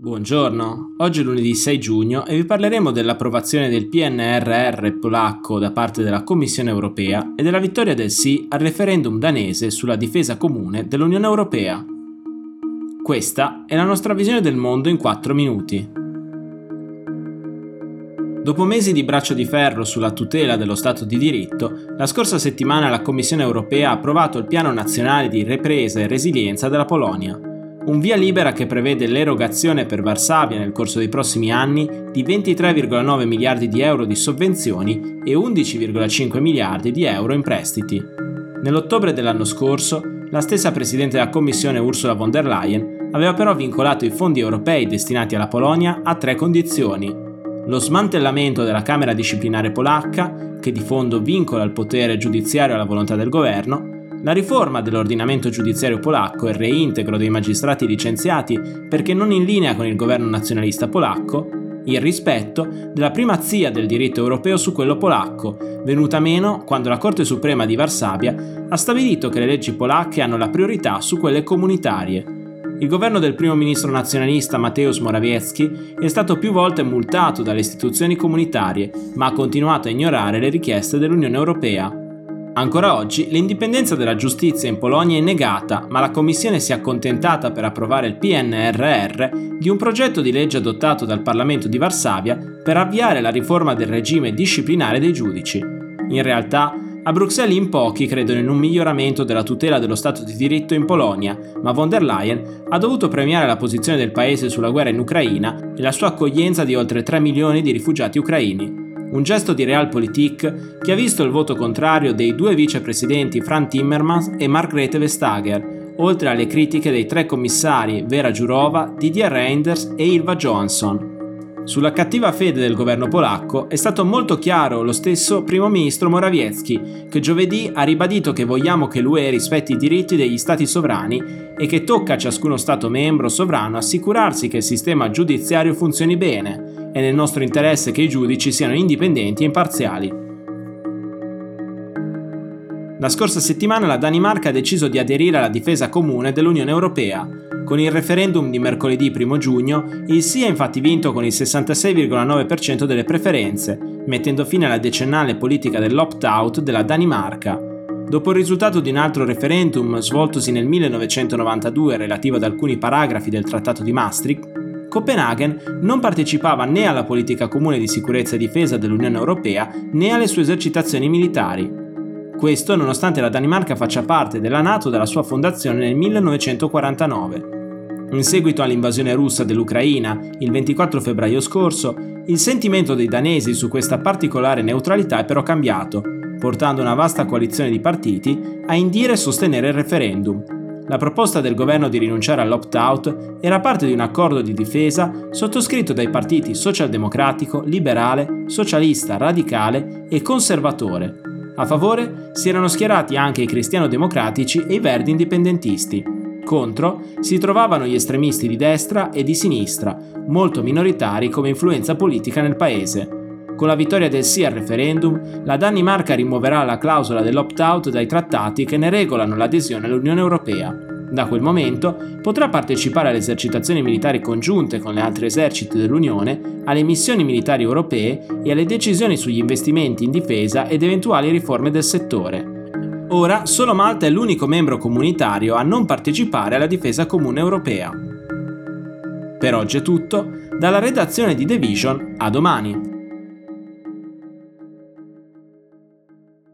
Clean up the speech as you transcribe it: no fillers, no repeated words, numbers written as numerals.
Buongiorno, oggi è lunedì 6 giugno e vi parleremo dell'approvazione del PNRR polacco da parte della Commissione europea e della vittoria del sì al referendum danese sulla difesa comune dell'Unione Europea. Questa è la nostra visione del mondo in 4 minuti. Dopo mesi di braccio di ferro sulla tutela dello Stato di diritto, la scorsa settimana la Commissione europea ha approvato il Piano nazionale di ripresa e resilienza della Polonia. Un via libera che prevede l'erogazione per Varsavia nel corso dei prossimi anni di 23,9 miliardi di euro di sovvenzioni e 11,5 miliardi di euro in prestiti. Nell'ottobre dell'anno scorso, la stessa Presidente della Commissione Ursula von der Leyen aveva però vincolato i fondi europei destinati alla Polonia a 3 condizioni: lo smantellamento della Camera disciplinare polacca, che di fondo vincola il potere giudiziario alla volontà del governo, la riforma dell'ordinamento giudiziario polacco e il reintegro dei magistrati licenziati perché non in linea con il governo nazionalista polacco, il rispetto della primazia del diritto europeo su quello polacco, venuta meno quando la Corte Suprema di Varsavia ha stabilito che le leggi polacche hanno la priorità su quelle comunitarie. Il governo del primo ministro nazionalista Mateusz Morawiecki è stato più volte multato dalle istituzioni comunitarie, ma ha continuato a ignorare le richieste dell'Unione Europea. Ancora oggi l'indipendenza della giustizia in Polonia è negata, ma la Commissione si è accontentata per approvare il PNRR di un progetto di legge adottato dal Parlamento di Varsavia per avviare la riforma del regime disciplinare dei giudici. In realtà, a Bruxelles in pochi credono in un miglioramento della tutela dello Stato di diritto in Polonia, ma von der Leyen ha dovuto premiare la posizione del paese sulla guerra in Ucraina e la sua accoglienza di oltre 3 milioni di rifugiati ucraini. Un gesto di realpolitik che ha visto il voto contrario dei 2 vicepresidenti Frans Timmermans e Margrethe Vestager, oltre alle critiche dei 3 commissari Vera Jourova, Didier Reynders e Ylva Johansson. Sulla cattiva fede del governo polacco è stato molto chiaro lo stesso primo ministro Morawiecki, che giovedì ha ribadito che vogliamo che l'UE rispetti i diritti degli stati sovrani e che tocca a ciascuno stato membro sovrano assicurarsi che il sistema giudiziario funzioni bene. È nel nostro interesse che i giudici siano indipendenti e imparziali. La scorsa settimana la Danimarca ha deciso di aderire alla difesa comune dell'Unione Europea. Con il referendum di mercoledì 1 giugno, il sì ha infatti vinto con il 66,9% delle preferenze, mettendo fine alla decennale politica dell'opt-out della Danimarca. Dopo il risultato di un altro referendum svoltosi nel 1992 relativo ad alcuni paragrafi del Trattato di Maastricht, Copenaghen non partecipava né alla politica comune di sicurezza e difesa dell'Unione Europea né alle sue esercitazioni militari. Questo nonostante la Danimarca faccia parte della NATO dalla sua fondazione nel 1949. In seguito all'invasione russa dell'Ucraina, il 24 febbraio scorso, il sentimento dei danesi su questa particolare neutralità è però cambiato, portando una vasta coalizione di partiti a indire e sostenere il referendum. La proposta del governo di rinunciare all'opt-out era parte di un accordo di difesa sottoscritto dai partiti socialdemocratico, liberale, socialista, radicale e conservatore. A favore si erano schierati anche i cristiano-democratici e i verdi indipendentisti. Contro si trovavano gli estremisti di destra e di sinistra, molto minoritari come influenza politica nel paese. Con la vittoria del sì al referendum, la Danimarca rimuoverà la clausola dell'opt-out dai trattati che ne regolano l'adesione all'Unione Europea. Da quel momento potrà partecipare alle esercitazioni militari congiunte con le altre eserciti dell'Unione, alle missioni militari europee e alle decisioni sugli investimenti in difesa ed eventuali riforme del settore. Ora solo Malta è l'unico membro comunitario a non partecipare alla difesa comune europea. Per oggi è tutto, dalla redazione di The Vision a domani.